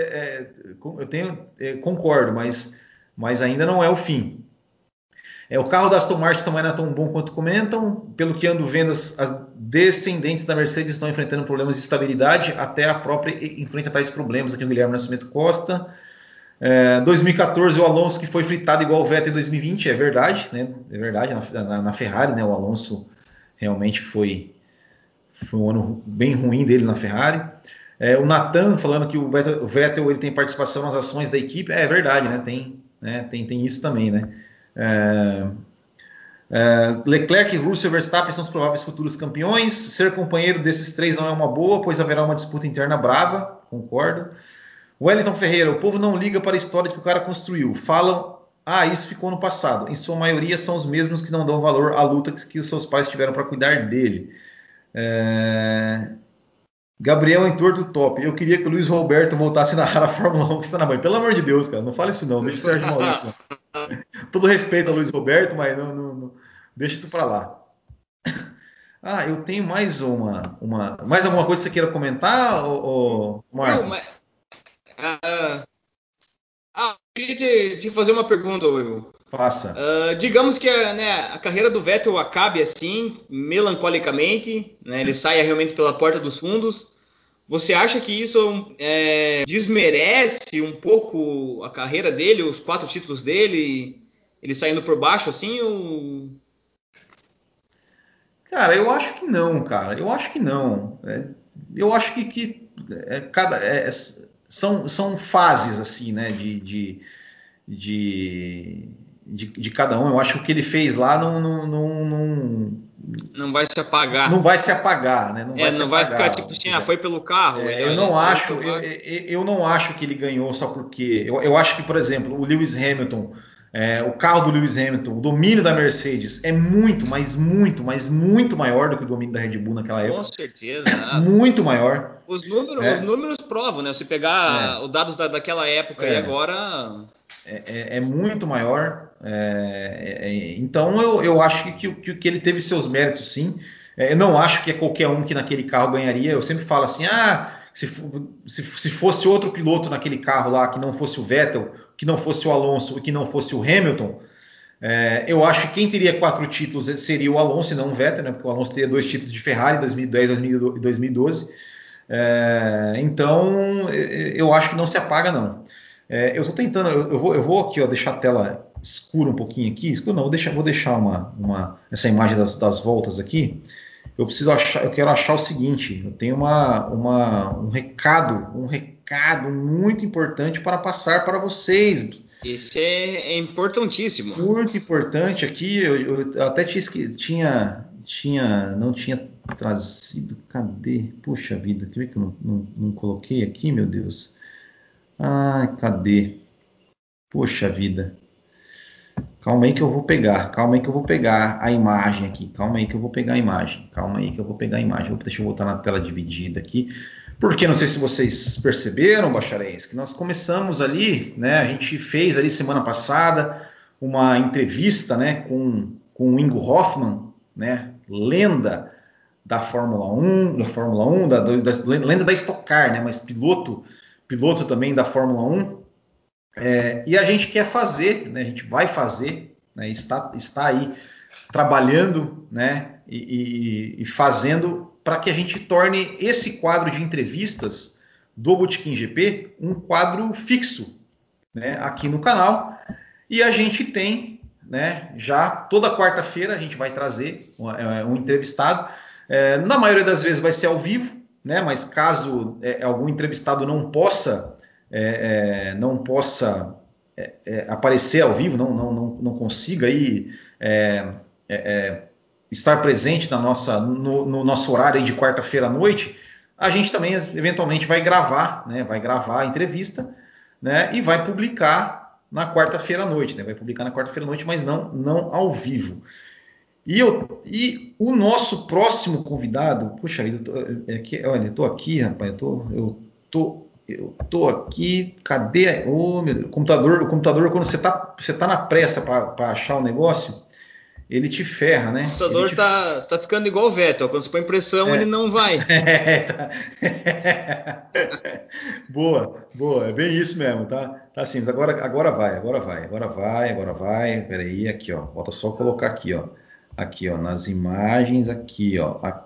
concordo, mas ainda não é o fim. O carro da Aston Martin também não é tão bom quanto comentam. Pelo que ando vendo, as descendentes da Mercedes estão enfrentando problemas de estabilidade. Até a própria enfrenta tais problemas. Aqui o Guilherme Nascimento Costa. 2014 o Alonso que foi fritado igual o Vettel em 2020, é verdade, né? É verdade, na Ferrari, né? O Alonso realmente foi um ano bem ruim dele na Ferrari. O Nathan falando que o Vettel ele tem participação nas ações da equipe. É verdade, né? Tem isso também, né? Leclerc, Russell e Verstappen são os prováveis futuros campeões. Ser companheiro desses três não é uma boa, pois haverá uma disputa interna brava. Concordo. Wellington Ferreira, o povo não liga para a história que o cara construiu. Falam, isso ficou no passado. Em sua maioria são os mesmos que não dão valor à luta que os seus pais tiveram para cuidar dele. Gabriel Entorto top. Eu queria que o Luiz Roberto voltasse a narrar a Fórmula 1 que está na banha. Pelo amor de Deus, cara, não fala isso não. Deixa o Sérgio Maurício. Todo respeito ao Luiz Roberto, mas não deixa isso para lá. Eu tenho mais mais alguma coisa que você queira comentar, Marco? Eu queria te fazer uma pergunta, Will. Faça. Digamos que a carreira do Vettel acabe assim, melancolicamente, né, ele saia realmente pela porta dos fundos. Você acha que isso desmerece um pouco a carreira dele, os 4 títulos dele, ele saindo por baixo assim? Ou... Cara, eu acho que não, cara. Eu acho que não. Eu acho que são fases assim, né? De cada um. Eu acho que o que ele fez lá não vai se apagar. Não vai se apagar, né? Não vai se não vai apagar. ficar tipo assim, foi pelo carro. Eu não acho que ele ganhou só porque. Eu acho que, por exemplo, o Lewis Hamilton, o carro do Lewis Hamilton, o domínio da Mercedes é muito, mas muito maior do que o domínio da Red Bull naquela época. Com certeza. Muito maior. Os números provam, né? Se pegar os dados daquela época e agora. É muito maior. Então eu acho que ele teve seus méritos, sim. Eu não acho que é qualquer um que naquele carro ganharia. Eu sempre falo assim: se fosse outro piloto naquele carro lá, que não fosse o Vettel, que não fosse o Alonso e que não fosse o Hamilton, eu acho que quem teria 4 títulos seria o Alonso e não o Vettel, né? Porque o Alonso teria 2 títulos de Ferrari, 2010 e 2012. Então eu acho que não se apaga, não. Eu estou tentando, eu vou aqui, deixar a tela escura um pouquinho aqui. Escura não, vou deixar essa imagem das voltas aqui. Eu quero achar o seguinte. Eu tenho um recado muito importante para passar para vocês. Isso é importantíssimo. Muito importante aqui. Eu até não tinha trazido. Cadê? Puxa vida, quer ver que eu não coloquei aqui, meu Deus? Cadê? Poxa vida. Calma aí que eu vou pegar a imagem aqui. Deixa eu botar na tela dividida aqui. Porque não sei se vocês perceberam, bacharéis, que nós começamos ali, né? A gente fez ali semana passada uma entrevista, né, com o Ingo Hoffmann, né? Lenda da Fórmula 1, lenda da Stock Car, né? Mas piloto também da Fórmula 1. E a gente quer fazer, né, a gente vai fazer, né, está aí trabalhando, né, e fazendo para que a gente torne esse quadro de entrevistas do Botequim GP um quadro fixo, né, aqui no canal. E a gente tem, né, já toda quarta-feira a gente vai trazer um entrevistado. Na maioria das vezes vai ser ao vivo, né, mas caso algum entrevistado não possa aparecer ao vivo, não consiga aí, estar presente no nosso horário aí de quarta-feira à noite, a gente também eventualmente vai gravar a entrevista, né, e vai publicar na quarta-feira à noite, né, mas não ao vivo. E o nosso próximo convidado, puxa vida, olha, eu tô aqui, rapaz, eu tô aqui, cadê? Oh, meu Deus, o computador, quando você tá na pressa para achar o negócio, ele te ferra, né? O computador tá ficando igual o Vettel, quando você põe pressão, ele não vai. Boa, é bem isso mesmo, tá assim, mas agora vai, peraí, aqui, ó, falta só colocar aqui, ó, nas imagens, aqui,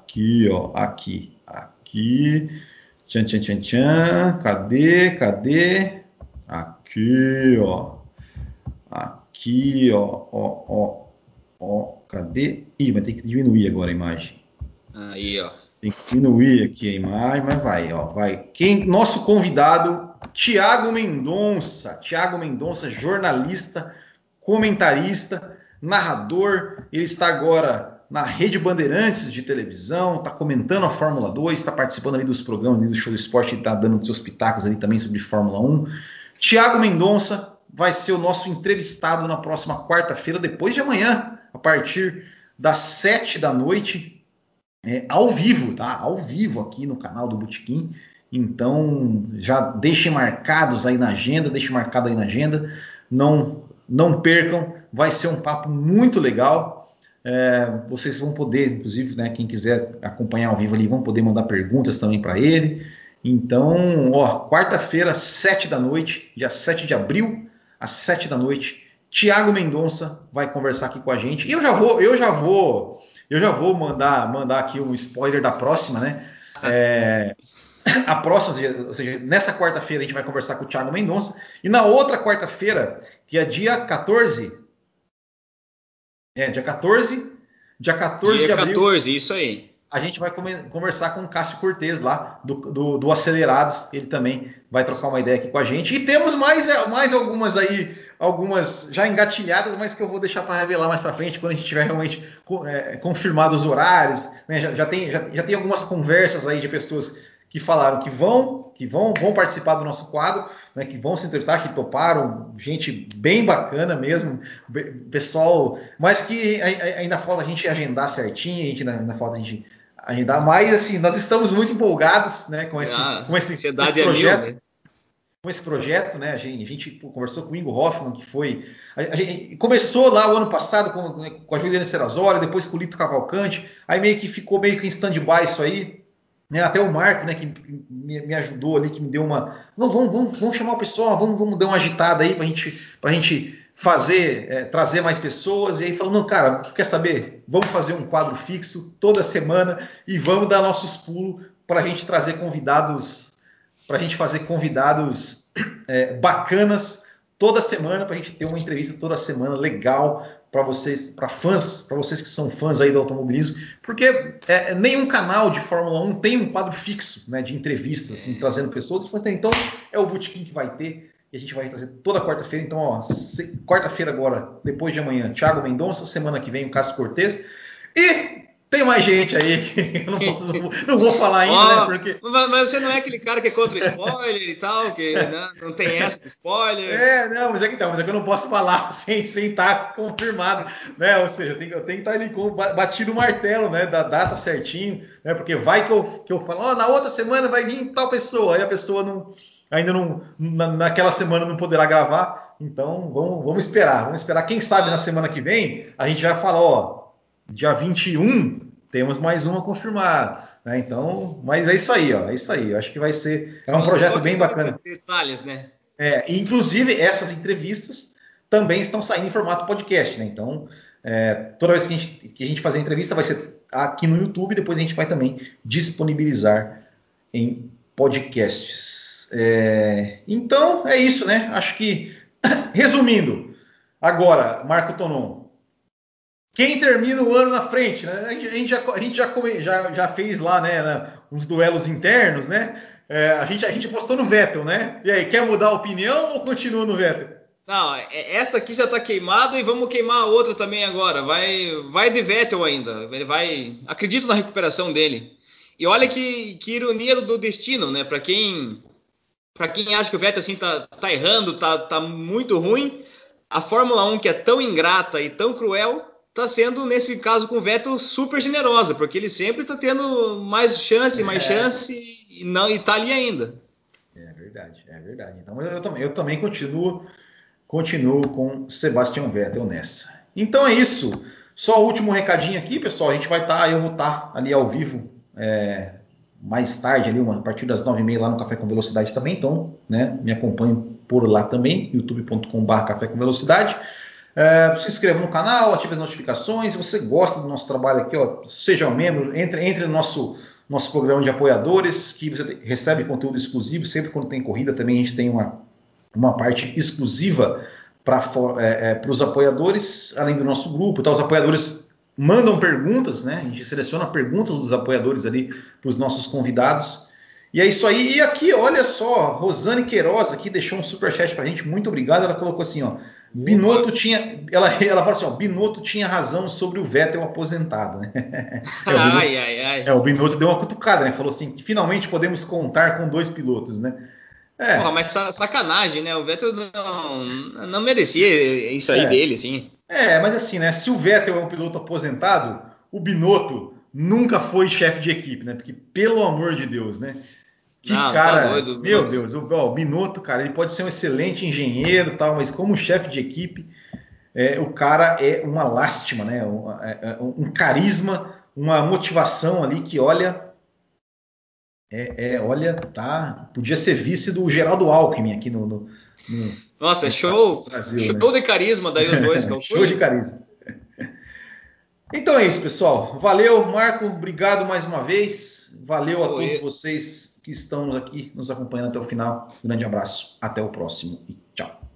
tchan, tchan, tchan, tchan, cadê, aqui, ó, cadê, mas tem que diminuir agora a imagem. Aí, ó. Tem que diminuir aqui a imagem, mas vai. Nosso convidado, Thiago Mendonça, jornalista, comentarista, narrador, ele está agora na Rede Bandeirantes de televisão, está comentando a Fórmula 2, está participando ali dos programas ali do Show do Esporte, está dando seus pitacos ali também sobre Fórmula 1. Thiago Mendonça vai ser o nosso entrevistado na próxima quarta-feira, depois de amanhã, a partir das 7 da noite, ao vivo, tá? Ao vivo aqui no canal do Botequim. Então, já deixem marcados aí na agenda, não percam, vai ser um papo muito legal. Vocês vão poder, inclusive, né, quem quiser acompanhar ao vivo ali, vão poder mandar perguntas também para ele. Então, quarta-feira, 7 da noite, dia 7 de abril, às 7 da noite, Thiago Mendonça vai conversar aqui com a gente. E eu já vou mandar aqui um spoiler da próxima, né? A próxima, ou seja, nessa quarta-feira a gente vai conversar com o Thiago Mendonça. E na outra quarta-feira, que é dia 14 de abril. 14, isso aí. A gente vai conversar com o Cássio Cortez lá, do Acelerados. Ele também vai trocar uma ideia aqui com a gente. E temos mais algumas aí, algumas já engatilhadas, mas que eu vou deixar para revelar mais para frente, quando a gente tiver realmente confirmado os horários. Né? Já tem algumas conversas aí de pessoas que falaram que vão participar do nosso quadro, né, que vão se interessar, que toparam, gente bem bacana mesmo, pessoal, mas que ainda falta a gente agendar certinho, ainda falta a gente agendar, mas assim, nós estamos muito empolgados, né, com esse projeto. Né? Com esse projeto, né, a gente conversou com o Ingo Hoffman, que foi... A gente começou lá o ano passado com a Juliana Serrazoli, depois com o Lito Cavalcante, aí ficou meio que em stand-by isso aí, né, até o Marco, né, que me ajudou ali, que me deu uma... Não, vamos chamar o pessoal, vamos dar uma agitada aí pra gente fazer, trazer mais pessoas. E aí falou, não, cara, quer saber? Vamos fazer um quadro fixo toda semana e vamos dar nossos pulos para a gente trazer convidados, para a gente fazer convidados bacanas toda semana, para a gente ter uma entrevista toda semana legal para vocês, para vocês que são fãs aí do automobilismo, porque nenhum canal de Fórmula 1 tem um quadro fixo, né, de entrevistas, assim, trazendo pessoas. Então é o Botequim que vai ter, e a gente vai trazer toda quarta-feira. Então, quarta-feira agora, depois de amanhã, Thiago Mendonça, semana que vem o Cássio Cortez, e tem mais gente aí, eu não vou falar ainda, né? Porque... Mas você não é aquele cara que é contra spoiler e tal, que não tem essa de spoiler. Mas é que eu não posso falar sem estar confirmado, né? Ou seja, eu tenho que estar ali batido o martelo, né? Da data certinho, né? Porque vai que eu falo, na outra semana vai vir tal pessoa, aí a pessoa naquela semana não poderá gravar. Então vamos esperar. Quem sabe na semana que vem a gente já fala, dia 21 temos mais uma confirmada, né? Então, mas é isso aí, é isso aí. Eu acho que vai ser um projeto bem bacana. Detalhes, né? Inclusive essas entrevistas também estão saindo em formato podcast, né? Então, toda vez que a gente fazer entrevista vai ser aqui no YouTube, depois a gente vai também disponibilizar em podcasts. Então é isso, né? Acho que, resumindo, agora, Marco Tonon, quem termina o ano na frente, né? A gente já fez lá, né, uns duelos internos, né? A gente apostou no Vettel, né? E aí, quer mudar a opinião ou continua no Vettel? Não, essa aqui já tá queimada e vamos queimar a outra também agora. Vai de Vettel ainda. Acredito na recuperação dele. E olha que ironia do destino, né? Para quem acha que o Vettel assim tá errando, tá muito ruim, a Fórmula 1, que é tão ingrata e tão cruel, tá sendo, nesse caso com o Vettel, super generosa, porque ele sempre tá tendo mais chance e tá ali ainda. É verdade. Então eu também continuo com Sebastian Vettel nessa. Então é isso. Só o último recadinho aqui, pessoal. Eu vou estar ali ao vivo mais tarde, ali, a partir das 9h30 lá no Café com Velocidade também. Então, né, me acompanhe por lá também, youtube.com/Café com Velocidade. Se inscreva no canal, ative as notificações. Se você gosta do nosso trabalho aqui, seja um membro, entre no nosso programa de apoiadores, que você recebe conteúdo exclusivo. Sempre quando tem corrida também a gente tem uma parte exclusiva para os apoiadores, além do nosso grupo. Tá? Os apoiadores mandam perguntas, né? A gente seleciona perguntas dos apoiadores ali para os nossos convidados. E é isso aí. E aqui, olha só, Rosane Queiroz aqui deixou um superchat para a gente. Muito obrigado. Ela colocou assim, Binotto tinha, ela fala assim, ó, Binotto tinha razão sobre o Vettel aposentado, né? O Binotto deu uma cutucada, né? Falou assim, que finalmente podemos contar com 2 pilotos, né? Porra, mas sacanagem, né? O Vettel não merecia isso aí dele, assim. Mas assim, né? Se o Vettel é um piloto aposentado, o Binotto nunca foi chefe de equipe, né? Porque, pelo amor de Deus, né? Que Não, tá cara, doido. meu Deus, o Binotto, cara, ele pode ser um excelente engenheiro, tal, mas como chefe de equipe, o cara é uma lástima, né? Um carisma, uma motivação ali que, olha, tá, podia ser vice do Geraldo Alckmin aqui no Nossa, show Brasil, né? de carisma daí os dois, Show de carisma. Então é isso, pessoal. Valeu, Marco. Obrigado mais uma vez. Valeu a todos vocês que estão aqui nos acompanhando até o final. Grande abraço. Até o próximo e tchau.